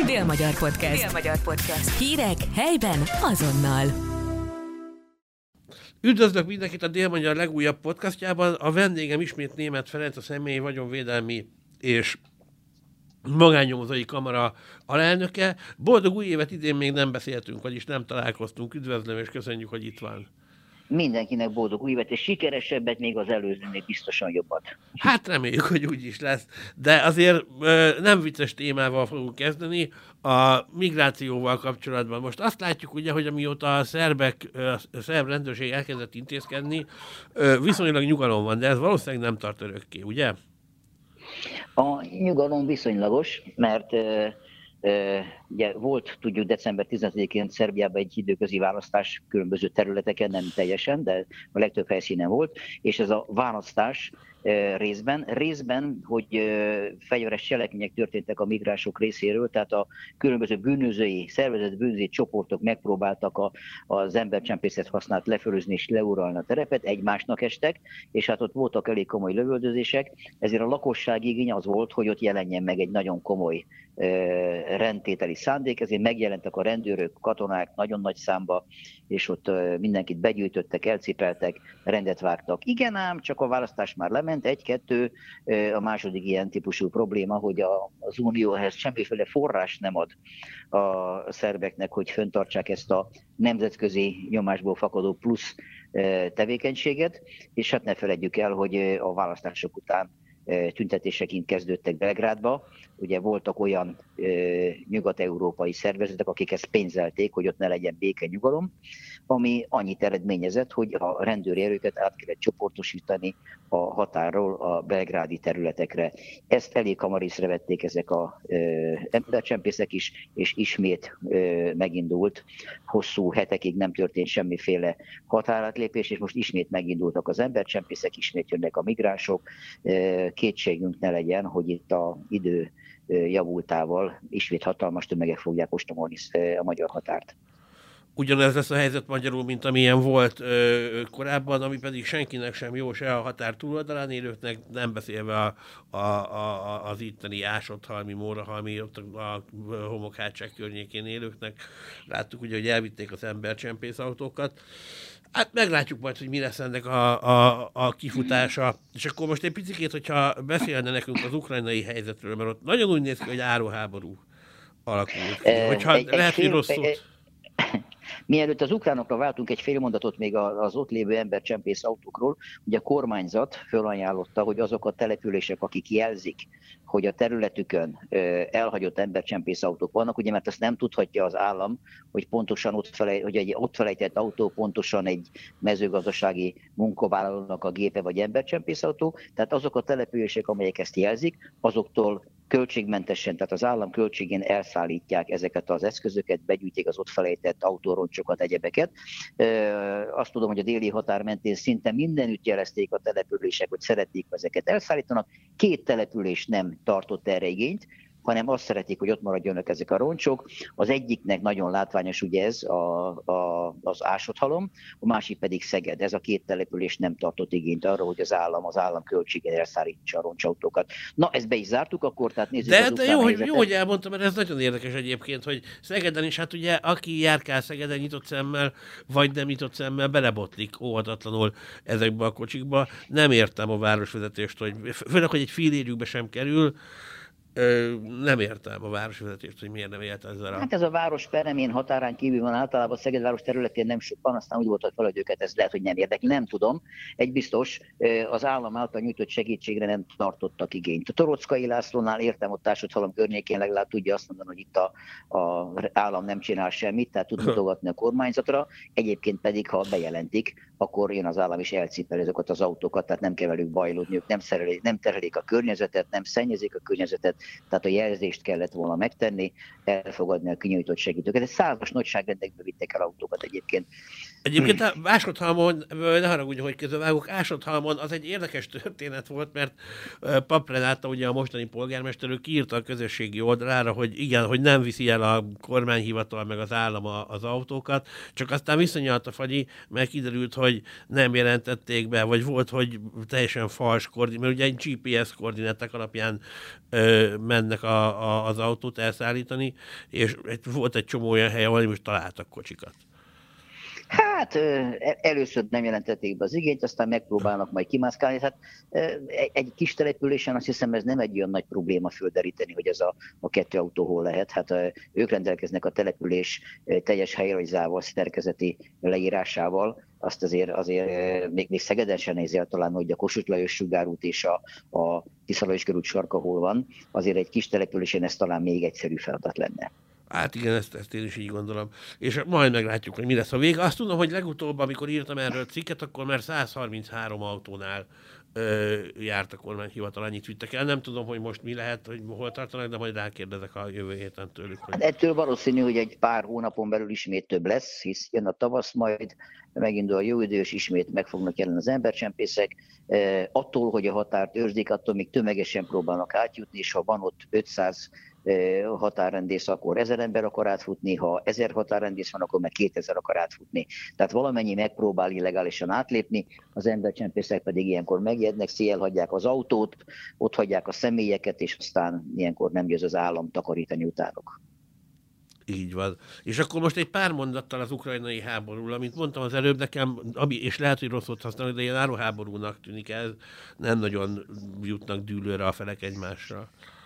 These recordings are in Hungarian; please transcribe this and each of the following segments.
Dél-Magyar Podcast. Dél-Magyar Podcast. Hírek helyben azonnal. Üdvözlök mindenkit a Dél-Magyar legújabb podcastjában. A vendégem ismét Németh Ferenc, a Személyi Vagyonvédelmi és Magánnyomozói Kamara alelnöke. Boldog új évet, idén még nem beszéltünk, vagyis nem találkoztunk. Üdvözlöm és köszönjük, hogy itt van. Mindenkinek boldog új évet, és sikeresebbet, még az előzőnél biztosan jobbat. Hát reméljük, hogy úgy is lesz. De azért nem vicces témával fogunk kezdeni, a migrációval kapcsolatban. Most azt látjuk ugye, hogy amióta a szerb rendőrség elkezdett intézkedni, viszonylag nyugalom van, de ez valószínűleg nem tart örökké, ugye? A nyugalom viszonylagos, mert ugye volt, tudjuk, december 15-én Szerbiában egy időközi választás különböző területeken, nem teljesen, de a legtöbb helyszínen volt, és ez a választás részben, hogy fegyveres cselekmények történtek a migránsok részéről, tehát a különböző bűnözői, szervezett bűnözői csoportok megpróbáltak az embercsempészet használt lefölözni és leuralni a terepet, egymásnak estek, és hát ott voltak elég komoly lövöldözések, ezért a lakosság igény az volt, hogy ott jelenjen meg egy nagyon komoly rendtételi szándék, ezért megjelentek a rendőrök, katonák nagyon nagy számba, és ott mindenkit begyűjtöttek, elcipeltek, rendet vágtak. Igen ám, csak a választás már lement, egy-kettő, a második ilyen típusú probléma, hogy az Unió ehhez semmiféle forrás nem ad a szerbeknek, hogy fenntartsák ezt a nemzetközi nyomásból fakadó plusz tevékenységet, és hát ne feledjük el, hogy a választások után tüntetéseként kezdődtek Belgrádba. Ugye voltak olyan nyugat-európai szervezetek, akik ezt pénzelték, hogy ott ne legyen békenyugalom, ami annyit eredményezett, hogy a rendőri erőket át kellett csoportosítani a határról a belgrádi területekre. Ezt elég hamar észrevették ezek az embercsempészek is, és ismét megindult. Hosszú hetekig nem történt semmiféle határátlépés, és most ismét megindultak az embercsempészek, ismét jönnek a migránsok. Kétségünk ne legyen, hogy itt az idő javultával ismét hatalmas tömegek fogják ostomolni a magyar határt. Ugyanez lesz a helyzet magyarul, mint amilyen volt korábban, ami pedig senkinek sem jó, se a határ túloldalán élőknek, nem beszélve az itteni Ásotthalmi, Mórahalmi, ott a Homokhátság környékén élőknek. Láttuk ugye, hogy elvitték az embercsempész autókat. Hát meglátjuk majd, hogy mi lesz ennek a kifutása. És akkor most egy picikét, hogyha beszélne nekünk az ukrajnai helyzetről, mert ott nagyon úgy néz ki, hogy áróháború alakult. Hogyha lehet, hogy rossz szót. Mielőtt az ukránokra váltunk, egy fél mondatot még az ott lévő embercsempész autókról, ugye a kormányzat fölajánlotta, hogy azok a települések, akik jelzik, hogy a területükön elhagyott embercsempész autók vannak, ugye, mert azt nem tudhatja az állam, hogy pontosan hogy egy ott felejtett autó pontosan egy mezőgazdasági munkavállalónak a gépe vagy embercsempész autó, tehát azok a települések, amelyek ezt jelzik, azoktól költségmentesen, tehát az állam költségén elszállítják ezeket az eszközöket, begyűjtik az ott felejtett autóroncsokat, egyebeket. Azt tudom, hogy a déli határ mentén szinte mindenütt jelezték a települések, hogy szeretnék ezeket elszállítanak. 2 település nem tartott erre igényt, hanem azt szeretik, hogy ott maradjanak ezek a roncsok. Az egyiknek nagyon látványos ugye ez az Ásotthalom, a másik pedig Szeged. Ez a 2 település nem tartott igényt arra, hogy az állam költségén elszállítsa a roncsautókat. Na, ezt be is zártuk akkor, tehát nézzük az ukrán helyzetet. Jó, hogy elmondtam, mert ez nagyon érdekes egyébként, hogy Szegeden is, hát ugye aki járkál Szegeden nyitott szemmel, vagy nem nyitott szemmel, belebotlik óhatatlanul ezekbe a kocsikba. Nem értem a városvezetést, hogy főleg, hogy egy fillérjükbe sem kerül. Nem értem a városvezetést, hogy miért nem élt ezzel. Hát ez a város peremén határán kívül van, általában a Szegedváros területén nem sokan, aztán úgy voltak fel, hogy őket ez lehet, hogy nem érdekli, nem tudom. Egy biztos, az állam által nyújtott segítségre nem tartottak igényt. A Torockai Lászlónál értem, ott Ásotthalom környékén legalább tudja azt mondani, hogy itt az állam nem csinál semmit, tehát tud mutogatni a kormányzatra, egyébként pedig, ha bejelentik, akkor jön az állam is elcipel ezeket az autókat, tehát nem kell velük bajlódni, ők nem terhelik a környezetet, nem szennyezik a környezetet, tehát a jelzést kellett volna megtenni, elfogadni a kinyújtott segítőket. Ez 100-as nagyságrendekből vittek el autókat egyébként. Egyébként Ásotthalmon, ne haragudj, hogy közbevágok, Ásotthalmon az egy érdekes történet volt, mert Papp Renáta, ugye a mostani polgármester, ő kiírta a közösségi oldalára, hogy igen, hogy nem viszi el a kormányhivatal meg az állam az autókat, csak aztán viszonyalt a fagyi, mert kiderült, hogy nem jelentették be, vagy volt, hogy teljesen fals koordinát, mert ugye egy GPS koordináták alapján mennek az autót elszállítani, és volt egy csomó olyan hely, ahol most találtak kocsikat. Hát először nem jelentették be az igényt, aztán megpróbálnak majd kimászkálni. Hát egy kis településen azt hiszem ez nem egy olyan nagy probléma földeríteni, hogy ez a 2 autó hol lehet. Hát ők rendelkeznek a település teljes helyrajzával, szerkezeti leírásával. Azt azért még Szegeden sem nézi el talán, hogy a Kossuth Lajos sugárút és a Tisza Lajos körút sarka hol van. Azért egy kis településen ez talán még egyszerű feladat lenne. Hát igen, ezt én is így gondolom. És majd meglátjuk, hogy mi lesz a vége. Azt tudom, hogy legutóbb, amikor írtam erről cikket, akkor már 133 autónál járt a kormányhivatal, annyit vittek el. Nem tudom, hogy most mi lehet, hogy hol tartanak, de majd rákérdezek a jövő héten tőlük. Hogy... Hát ettől valószínű, hogy egy pár hónapon belül ismét több lesz, hisz jön a tavasz, majd megindul a jó idő, és ismét meg fognak jelenni az embercsempészek. Attól, hogy a határt őrzik, attól még tömegesen próbálnak átjutni, és ha van ott 500 határrendész, akkor 1000 ember akar átfutni, ha 1000 határrendész van, akkor meg 2000 akar átfutni. Tehát valamennyi megpróbál illegálisan átlépni, az embercsempészek pedig ilyenkor megijednek, széjjel hagyják az autót, ott hagyják a személyeket, és aztán ilyenkor nem jössz az állam takarítani utánok. Így van. És akkor most egy pár mondattal az ukrajnai háborúról, amit mondtam az előbb nekem, és lehet, hogy rosszot használok, de ilyen áruháborúnak tűnik ez, nem nagyon jutnak dűlőre a felek egymásra.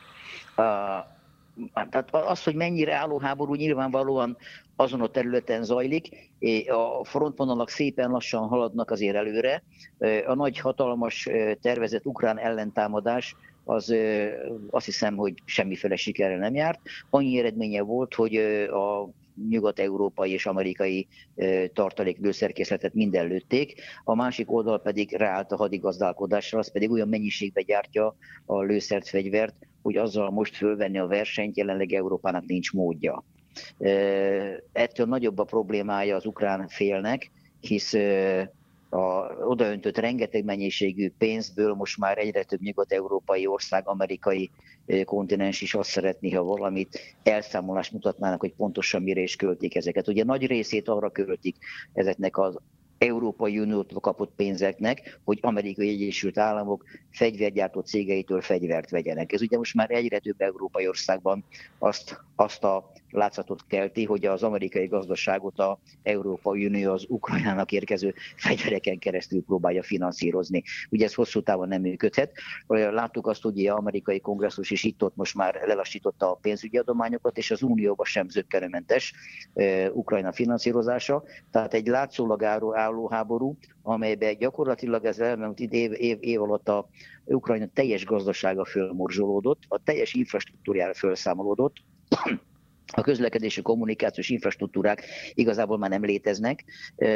Tehát az, hogy mennyire álló háború nyilvánvalóan azon a területen zajlik, a frontvonalak szépen lassan haladnak azért előre. A nagy, hatalmas tervezett ukrán ellentámadás az azt hiszem, hogy semmiféle sikerrel nem járt. Annyi eredménye volt, hogy a nyugat-európai és amerikai tartalék lőszerkészletet minden lőtték, a másik oldal pedig ráállt a hadigazdálkodásra, az pedig olyan mennyiségbe gyártja a lőszert, fegyvert, hogy azzal most fölvenni a versenyt jelenleg Európának nincs módja. Ettől nagyobb a problémája az ukrán félnek, hisz odaöntött rengeteg mennyiségű pénzből most már egyre több nyugat-európai ország, amerikai kontinens is azt szeretné, ha valamit elszámolást mutatnának, hogy pontosan mire is költik ezeket. Ugye nagy részét arra költik ezeknek az Európai Uniótól kapott pénzeknek, hogy Amerikai Egyesült Államok fegyvergyártó cégeitől fegyvert vegyenek. Ez ugye most már egyre több európai országban azt a látszatot kelti, hogy az amerikai gazdaságot az Európai Unió az Ukrajnának érkező fegyvereken keresztül próbálja finanszírozni. Ugye ez hosszú távon nem működhet. Láttuk azt, hogy az amerikai kongresszus is itt-ott most már lelassította a pénzügyi adományokat, és az Unióban sem zökkenőmentes Ukrajna finanszírozása. Tehát egy látszólag álló háború, amelyben gyakorlatilag ez elmúlt év alatt a Ukrajna teljes gazdasága fölmorzsolódott, a teljes infrastruktúrára felszámolódott, a közlekedési kommunikációs infrastruktúrák igazából már nem léteznek,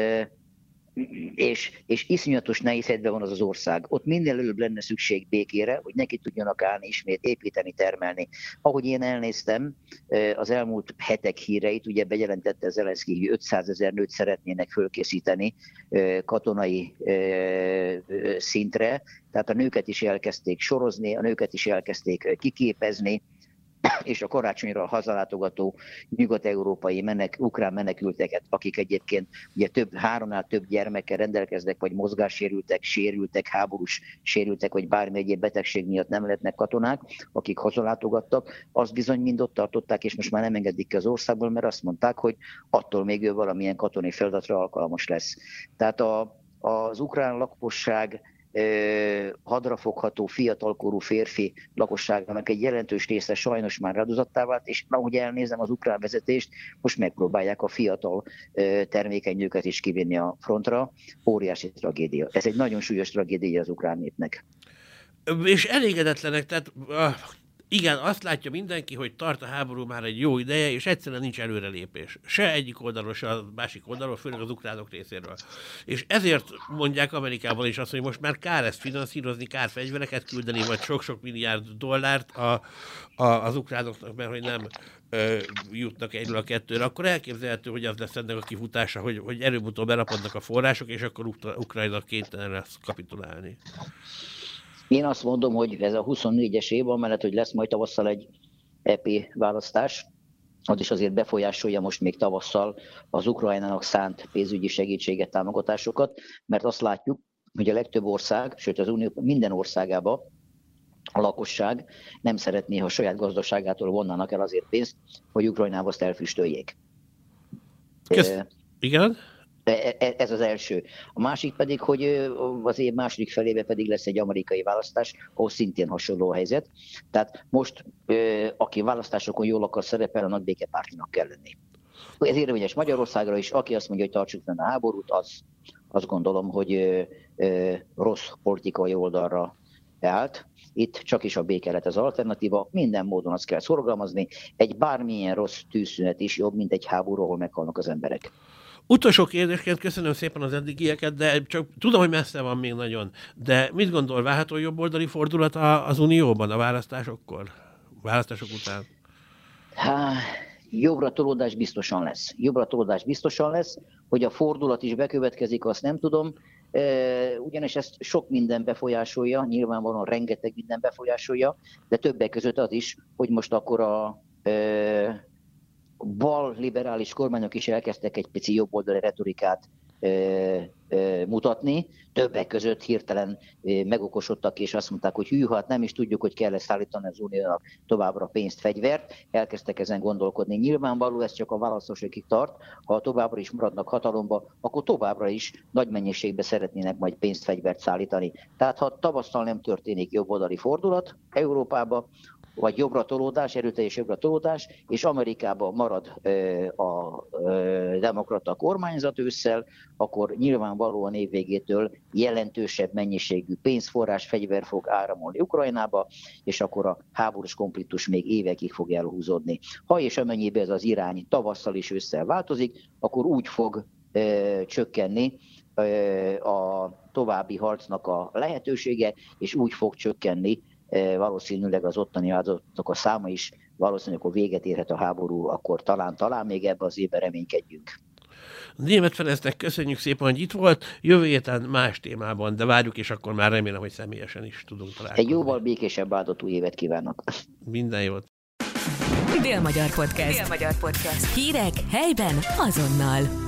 és iszonyatos nehéz helyzetben van az az ország. Ott minél előbb lenne szükség békére, hogy neki tudjanak állni ismét, építeni, termelni. Ahogy én elnéztem az elmúlt hetek híreit, ugye bejelentette Zelenszky, hogy 500 000 nőt szeretnének fölkészíteni katonai szintre, tehát a nőket is elkezdték sorozni, a nőket is elkezdték kiképezni, és a karácsonyra hazalátogató nyugat-európai ukrán menekülteket, akik egyébként ugye 3-nál több gyermekkel rendelkeznek, vagy sérültek, háborús sérültek, vagy bármi egyéb betegség miatt nem lehetnek katonák, akik hazalátogattak, azt bizony mind ott tartották, és most már nem engedik ki az országból, mert azt mondták, hogy attól még ő valamilyen katonai feladatra alkalmas lesz. Tehát az ukrán lakosság hadrafogható, fiatalkorú férfi lakosságának egy jelentős része sajnos már áldozattá vált, és ahogy elnézem az ukrán vezetést, most megpróbálják a fiatal termékeny nőket is kivinni a frontra. Óriási tragédia. Ez egy nagyon súlyos tragédia az ukrán népnek. És elégedetlenek, tehát igen, azt látja mindenki, hogy tart a háború már egy jó ideje, és egyszerűen nincs előrelépés. Se egyik oldalról, se a másik oldalról, főleg az ukránok részéről. És ezért mondják Amerikában is azt, hogy most már kár ezt finanszírozni, kár fegyvereket küldeni, vagy sok-sok milliárd dollárt az ukránoknak, mert hogy nem jutnak egyről a kettőre. Akkor elképzelhető, hogy az lesz ennek a kifutása, hogy előbb-utóbb elapodnak a források, és akkor Ukrajna kénytelen lesz kapitulálni. Én azt mondom, hogy ez a 24-es év, amellett, hogy lesz majd tavasszal egy EP választás, az is azért befolyásolja most még tavasszal az Ukrajnának szánt pénzügyi segítséget, támogatásokat, mert azt látjuk, hogy a legtöbb ország, sőt az Unió minden országában a lakosság nem szeretné, ha saját gazdaságától vonnának el azért pénzt, hogy Ukrajnába azt elfüstöljék. Igen? Ez az első. A másik pedig, hogy az év második felébe pedig lesz egy amerikai választás, ahol szintén hasonló a helyzet. Tehát most, aki választásokon jól akar szerepelni, annak békepártinak kell lenni. Ez érvényes Magyarországra is, aki azt mondja, hogy tartsuk fenn a háborút, azt gondolom, hogy rossz politikai oldalra állt. Itt csak is a béke lett az alternatíva, minden módon azt kell szorgalmazni. Egy bármilyen rossz tűzszünet is jobb, mint egy háború, ahol meghalnak az emberek. Utolsó kérdésként köszönöm szépen az eddigieket, de csak tudom, hogy messze van még nagyon. De mit gondol, várható jobboldali fordulat az Unióban a választások után? Jobbra tolódás biztosan lesz. Hogy a fordulat is bekövetkezik, azt nem tudom. Ugyanis ezt sok minden befolyásolja, nyilvánvalóan rengeteg minden befolyásolja, de többek között az is, hogy most akkor a bal liberális kormányok is elkezdtek egy pici jobboldali retorikát mutatni. Többek között hirtelen megokosodtak, és azt mondták, hogy hát nem is tudjuk, hogy kell szállítani az Uniónak továbbra pénzt, fegyvert. Elkezdtek ezen gondolkodni. Nyilvánvaló, ez csak a választásokig tart. Ha továbbra is maradnak hatalomba, akkor továbbra is nagy mennyiségben szeretnének majd pénzt, fegyvert szállítani. Tehát ha tavasszal nem történik jobboldali fordulat Európába, vagy jobbra tolódás, erőteljes jobbra tolódás, és Amerikában marad a demokrata kormányzat ősszel, akkor nyilvánvalóan évvégétől jelentősebb mennyiségű pénzforrás, fegyver fog áramolni Ukrajnába, és akkor a háborús konfliktus még évekig fog elhúzódni. Ha és amennyiben ez az irány tavasszal és ősszel változik, akkor úgy fog csökkenni a további harcnak a lehetősége, és úgy fog csökkenni valószínűleg az ottani áldozatoknak a száma is, valószínűleg, akkor véget érhet a háború, akkor talán még ebbe az évben reménykedjünk. Németh Ferencnek köszönjük szépen, hogy itt volt. Jövő héten más témában, de várjuk, és akkor már remélem, hogy személyesen is tudunk találkozni. Egy jóval békésebb áldott új évet kívánok. Minden jót. Dél-Magyar Podcast. Hírek helyben azonnal.